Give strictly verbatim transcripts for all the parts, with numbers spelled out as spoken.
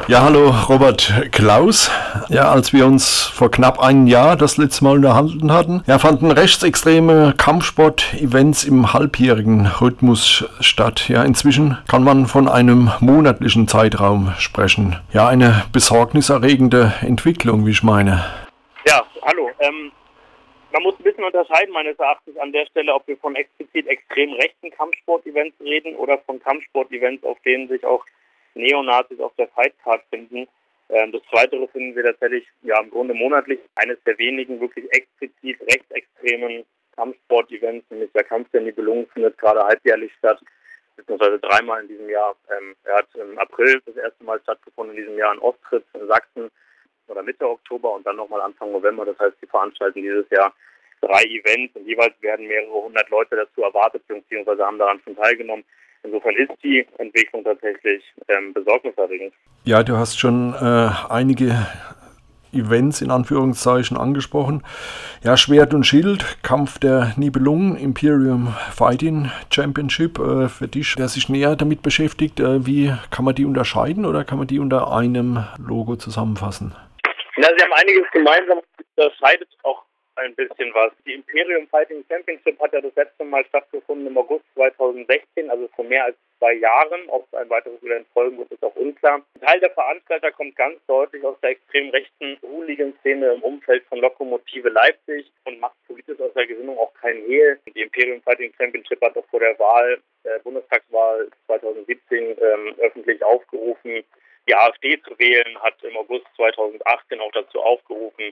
Ja, hallo Robert Klaus. Ja, als wir uns vor knapp einem Jahr das letzte Mal unterhalten hatten, ja, fanden rechtsextreme Kampfsport-Events im halbjährigen Rhythmus statt. Ja, inzwischen kann man von einem monatlichen Zeitraum sprechen. Ja, eine besorgniserregende Entwicklung, wie ich meine. Ja, hallo. Ähm, man muss ein bisschen unterscheiden meines Erachtens an der Stelle, ob wir von explizit extrem rechten Kampfsport-Events reden oder von Kampfsport-Events, auf denen sich auch Neonazis auf der Fightcard finden. Ähm, das Zweite finden wir tatsächlich ja im Grunde monatlich. Eines der wenigen wirklich explizit rechtsextremen Kampfsport-Events, nämlich der Kampf der Nibelungen, findet gerade halbjährlich statt, beziehungsweise dreimal in diesem Jahr. Ähm, er hat im April das erste Mal stattgefunden in diesem Jahr in Ostritz in Sachsen oder Mitte Oktober und dann nochmal Anfang November. Das heißt, sie veranstalten dieses Jahr drei Events und jeweils werden mehrere hundert Leute dazu erwartet, beziehungsweise haben daran schon teilgenommen. Insofern ist die Entwicklung tatsächlich ähm, besorgniserregend. Ja, du hast schon äh, einige Events in Anführungszeichen angesprochen. Ja, Schwert und Schild, Kampf der Nibelungen, Imperium Fighting Championship. Äh, für dich, der sich näher damit beschäftigt, äh, wie kann man die unterscheiden oder kann man die unter einem Logo zusammenfassen? Ja, sie haben einiges gemeinsam, das scheidet auch ein bisschen was. Die Imperium Fighting Championship hat ja das letzte Mal stattgefunden im August zweitausendsechzehn, also vor mehr als zwei Jahren. Ob es ein weiteres Event folgen wird, ist auch unklar. Ein Teil der Veranstalter kommt ganz deutlich aus der extrem rechten Hooligan-Szene im Umfeld von Lokomotive Leipzig und macht politisch aus der Gesinnung auch kein Hehl. Die Imperium Fighting Championship hat auch vor der Wahl, äh, Bundestagswahl zweitausendsiebzehn ähm, öffentlich aufgerufen, die AfD zu wählen, hat im August zweitausendachtzehn auch dazu aufgerufen,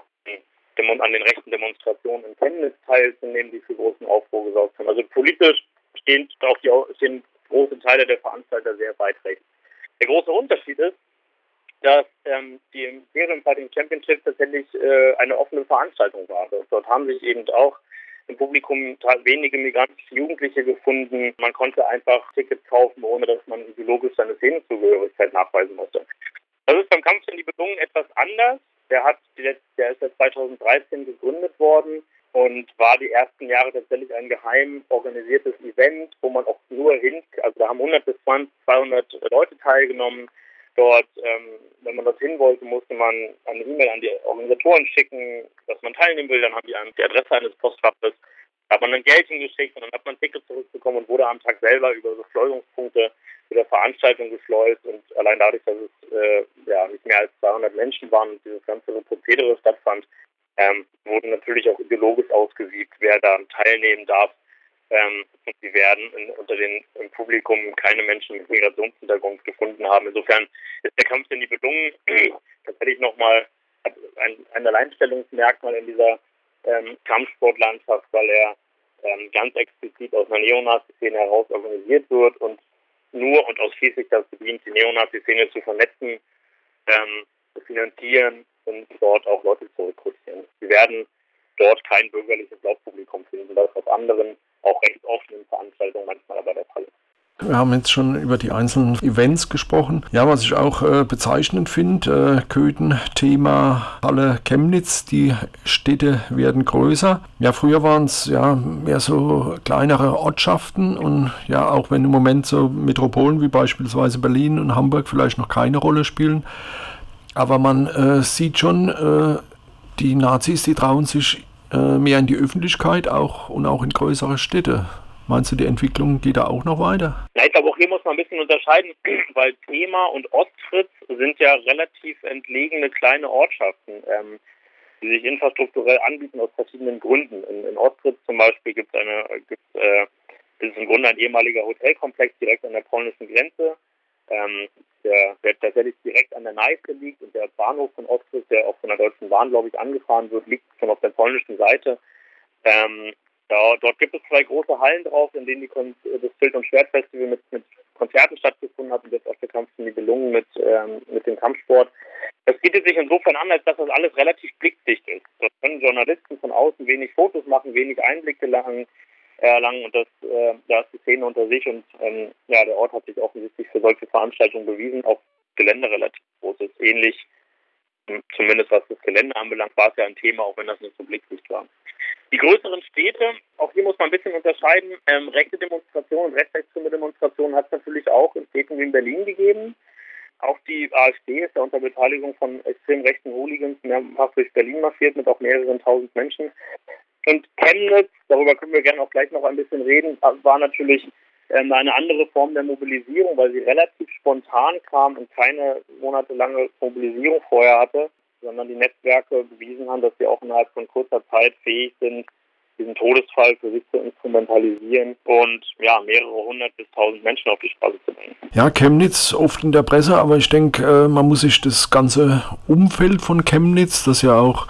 an den rechten Demonstrationen in Chemnitz teilzunehmen, die für großen Aufruhr gesorgt haben. Also politisch stehen, auch die, stehen große Teile der Veranstalter sehr weit rechts. Der große Unterschied ist, dass ähm, die Imperium Fighting Championship tatsächlich äh, eine offene Veranstaltung war. Also dort haben sich eben auch im Publikum wenige migrantische Jugendliche gefunden. Man konnte einfach Tickets kaufen, ohne dass man ideologisch seine Szenezugehörigkeit nachweisen musste. Das ist beim Kampf der Nibelungen etwas anders. Der hat die letzte, der ist ja zweitausenddreizehn gegründet worden und war die ersten Jahre tatsächlich ein geheim organisiertes Event, wo man auch nur hin, also da haben hundert bis zweihundert Leute teilgenommen. Dort, ähm, wenn man dorthin wollte, musste man eine E-Mail an die Organisatoren schicken, dass man teilnehmen will. Dann haben die die Adresse eines Postfaches, da hat man dann Geld hingeschickt und dann hat man ein Ticket zurückbekommen und wurde am Tag selber über so Schleusungspunkte zu der Veranstaltung geschleust. Und allein dadurch, dass es äh, ja nicht mehr als zweihundert Menschen waren und dieses ganze Prozedere stattfand, ähm, wurde natürlich auch ideologisch ausgesiebt, wer da teilnehmen darf. Ähm, und sie werden in, unter den im Publikum keine Menschen mit Migrationshintergrund gefunden haben. Insofern ist der Kampf der Nibelungen tatsächlich nochmal ein, ein Alleinstellungsmerkmal in dieser ähm, Kampfsportlandschaft, weil er ähm, ganz explizit aus einer Neonazi-Szene heraus organisiert wird und nur und ausschließlich dazu dient, die Neonazi-Szene zu vernetzen, ähm, zu finanzieren und dort auch Leute zu rekrutieren. Sie werden dort kein bürgerliches Laufpublikum finden, das auf anderen, auch recht offenen Veranstaltungen manchmal aber der Fall ist. Wir haben jetzt schon über die einzelnen Events gesprochen. Ja, was ich auch äh, bezeichnend finde, äh, Köthen, Thema, Halle, Chemnitz, die Städte werden größer. Ja, früher waren es ja mehr so kleinere Ortschaften und ja, auch wenn im Moment so Metropolen wie beispielsweise Berlin und Hamburg vielleicht noch keine Rolle spielen, aber man äh, sieht schon, äh, die Nazis, die trauen sich äh, mehr in die Öffentlichkeit auch und auch in größere Städte. Meinst du, die Entwicklung geht da auch noch weiter? Ja, ich glaube, auch hier muss man ein bisschen unterscheiden, weil Thema und Ostfritz sind ja relativ entlegene kleine Ortschaften, ähm, die sich infrastrukturell anbieten aus verschiedenen Gründen. In, in Ostfritz zum Beispiel gibt es eine, gibt, äh, ist im Grunde ein ehemaliger Hotelkomplex direkt an der polnischen Grenze, ähm, der, der tatsächlich direkt an der Neiße liegt und der Bahnhof von Ostfritz, der auch von der Deutschen Bahn, glaube ich, angefahren wird, liegt schon auf der polnischen Seite. Ähm, Ja, dort gibt es zwei große Hallen drauf, in denen die Kon- das Schild- und Schwertfestival mit, mit Konzerten stattgefunden hat und jetzt auch der Kampf der Nibelungen mit, ähm, mit dem Kampfsport. Das bietet sich insofern an, als dass das alles relativ blickdicht ist. Dort können Journalisten von außen wenig Fotos machen, wenig Einblicke lang, erlangen und das, äh, da ist die Szene unter sich und ähm, ja, der Ort hat sich offensichtlich für solche Veranstaltungen bewiesen, auch das Gelände relativ groß ist. Ähnlich, zumindest was das Gelände anbelangt, war es ja ein Thema, auch wenn das nicht so blickdicht war. Die größeren Städte, auch hier muss man ein bisschen unterscheiden, ähm, rechte Demonstrationen und rechtsextreme Demonstrationen hat es natürlich auch in Städten wie in Berlin gegeben. Auch die AfD ist ja unter Beteiligung von extrem rechten Hooligans mehrfach durch Berlin marschiert mit auch mehreren tausend Menschen. Und Chemnitz, darüber können wir gerne auch gleich noch ein bisschen reden, war natürlich ähm, eine andere Form der Mobilisierung, weil sie relativ spontan kam und keine monatelange Mobilisierung vorher hatte, sondern die Netzwerke bewiesen haben, dass sie auch innerhalb von kurzer Zeit fähig sind, diesen Todesfall für sich zu instrumentalisieren und ja, mehrere hundert bis tausend Menschen auf die Straße zu bringen. Ja, Chemnitz oft in der Presse, aber ich denke, man muss sich das ganze Umfeld von Chemnitz, das ja auch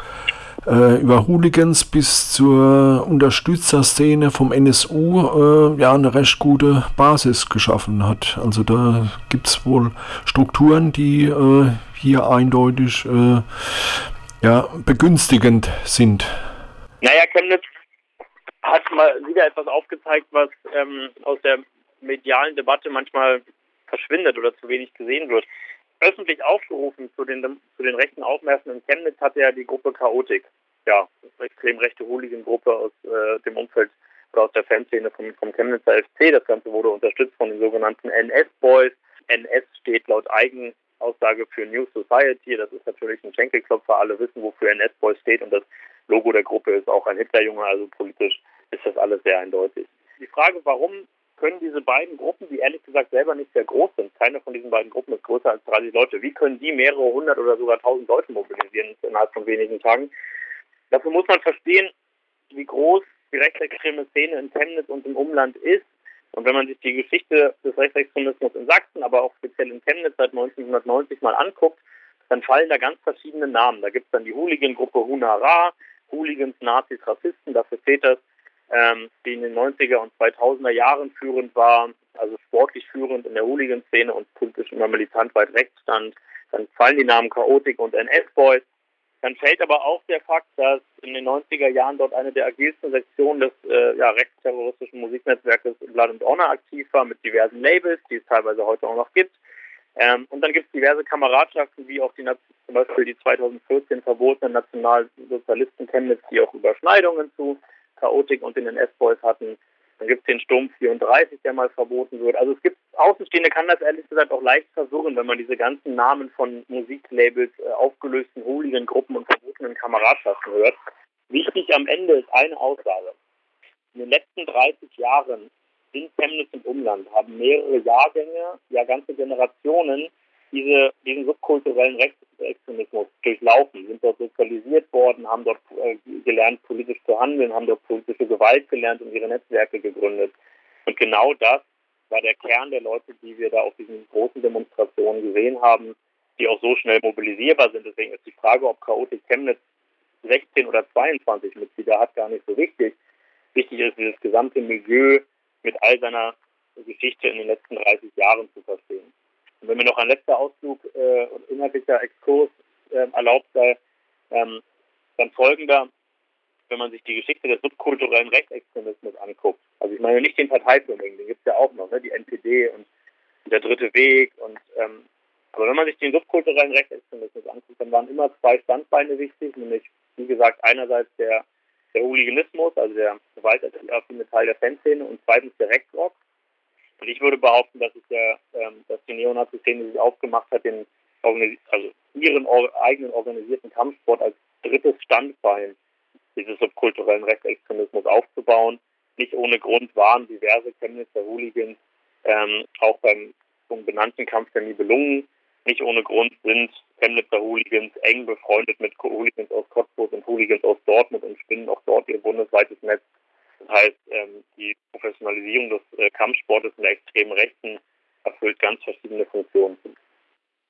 äh, über Hooligans bis zur Unterstützerszene vom N S U äh, ja eine recht gute Basis geschaffen hat. Also da gibt es wohl Strukturen, die äh, hier eindeutig äh, ja, begünstigend sind. Naja, Chemnitz hat mal wieder etwas aufgezeigt, was ähm, aus der medialen Debatte manchmal verschwindet oder zu wenig gesehen wird. Öffentlich aufgerufen zu den, zu den rechten Aufmärschen in Chemnitz hatte ja die Gruppe Chaotik. Ja, eine extrem rechte Hooligan-Gruppe aus äh, dem Umfeld oder aus der Fanszene vom, vom Chemnitzer F C. Das Ganze wurde unterstützt von den sogenannten N S-Boys. N S steht laut Eigenaussage für New Society. Das ist natürlich ein Schenkelklopfer. Alle wissen, wofür N S-Boys steht, und das Logo der Gruppe ist auch ein Hitlerjunge, also politisch ist das alles sehr eindeutig. Die Frage, warum können diese beiden Gruppen, die ehrlich gesagt selber nicht sehr groß sind, keine von diesen beiden Gruppen ist größer als dreißig Leute, wie können die mehrere hundert oder sogar tausend Leute mobilisieren innerhalb von wenigen Tagen? Dafür muss man verstehen, wie groß die rechtsextreme Szene in Chemnitz und im Umland ist. Und wenn man sich die Geschichte des Rechtsextremismus in Sachsen, aber auch speziell in Chemnitz seit neunzehnhundertneunzig mal anguckt, dann fallen da ganz verschiedene Namen. Da gibt es dann die Hooligan-Gruppe Hunara, Hooligans, Nazis, Rassisten, dafür steht das, ähm, die in den neunziger und zweitausender Jahren führend war, also sportlich führend in der Hooligan-Szene und politisch immer militant weit rechts stand. Dann fallen die Namen Chaotik und N S-Boys. Dann fällt aber auch der Fakt, dass in den neunziger Jahren dort eine der agilsten Sektionen des äh, ja, rechtsterroristischen Musiknetzwerkes Blood and Honor aktiv war, mit diversen Labels, die es teilweise heute auch noch gibt. Ähm, und dann gibt es diverse Kameradschaften, wie auch die zum Beispiel die zweitausendvierzehn verbotenen Nationalsozialisten Chemnitz, die auch Überschneidungen zu Chaotik und den N S-Boys hatten. Dann gibt es den Sturm vierunddreißig, der mal verboten wird. Also es gibt, Außenstehende kann das ehrlich gesagt auch leicht verwirren, wenn man diese ganzen Namen von Musiklabels, äh, aufgelösten Hooligan-Gruppen und verbotenen Kameradschaften hört. Wichtig am Ende ist eine Aussage. In den letzten dreißig Jahren in Chemnitz im Umland haben mehrere Jahrgänge, ja ganze Generationen, diese, diesen subkulturellen Rechtsextremismus durchlaufen, sind dort sozialisiert worden, haben dort äh, gelernt, politisch zu handeln, haben dort politische Gewalt gelernt und ihre Netzwerke gegründet. Und genau das war der Kern der Leute, die wir da auf diesen großen Demonstrationen gesehen haben, die auch so schnell mobilisierbar sind. Deswegen ist die Frage, ob Chaotik Chemnitz sechzehn oder zweiundzwanzig Mitglieder hat, gar nicht so wichtig. Wichtig ist, dieses gesamte Milieu mit all seiner Geschichte in den letzten dreißig Jahren zu verstehen. Und wenn mir noch ein letzter Ausflug äh, und inhaltlicher Exkurs äh, erlaubt sei, ähm, dann folgender, wenn man sich die Geschichte des subkulturellen Rechtsextremismus anguckt. Also ich meine nicht den Parteiführung, den gibt es ja auch noch, ne, die N P D und der Dritte Weg. Und ähm, aber wenn man sich den subkulturellen Rechtsextremismus anguckt, dann waren immer zwei Standbeine wichtig, nämlich wie gesagt einerseits der, der Hooliganismus, also der gewaltaffine Teil der Fanszene, und zweitens der Rechtsrock. Und ich würde behaupten, dass es der, ähm, dass die Neonazi-Szene sich aufgemacht hat, den also ihren eigenen organisierten Kampfsport als drittes Standbein dieses subkulturellen Rechtsextremismus aufzubauen. Nicht ohne Grund waren diverse Chemnitzer Hooligans ähm, auch beim benannten Kampf der Nibelungen. Nicht ohne Grund sind Chemnitzer Hooligans eng befreundet mit Hooligans aus Cottbus und Hooligans aus Dortmund und spinnen auch dort ihr bundesweites Netz. Das heißt, ähm, die Professionalisierung des äh, Kampfsportes in der extremen Rechten erfüllt ganz verschiedene Funktionen.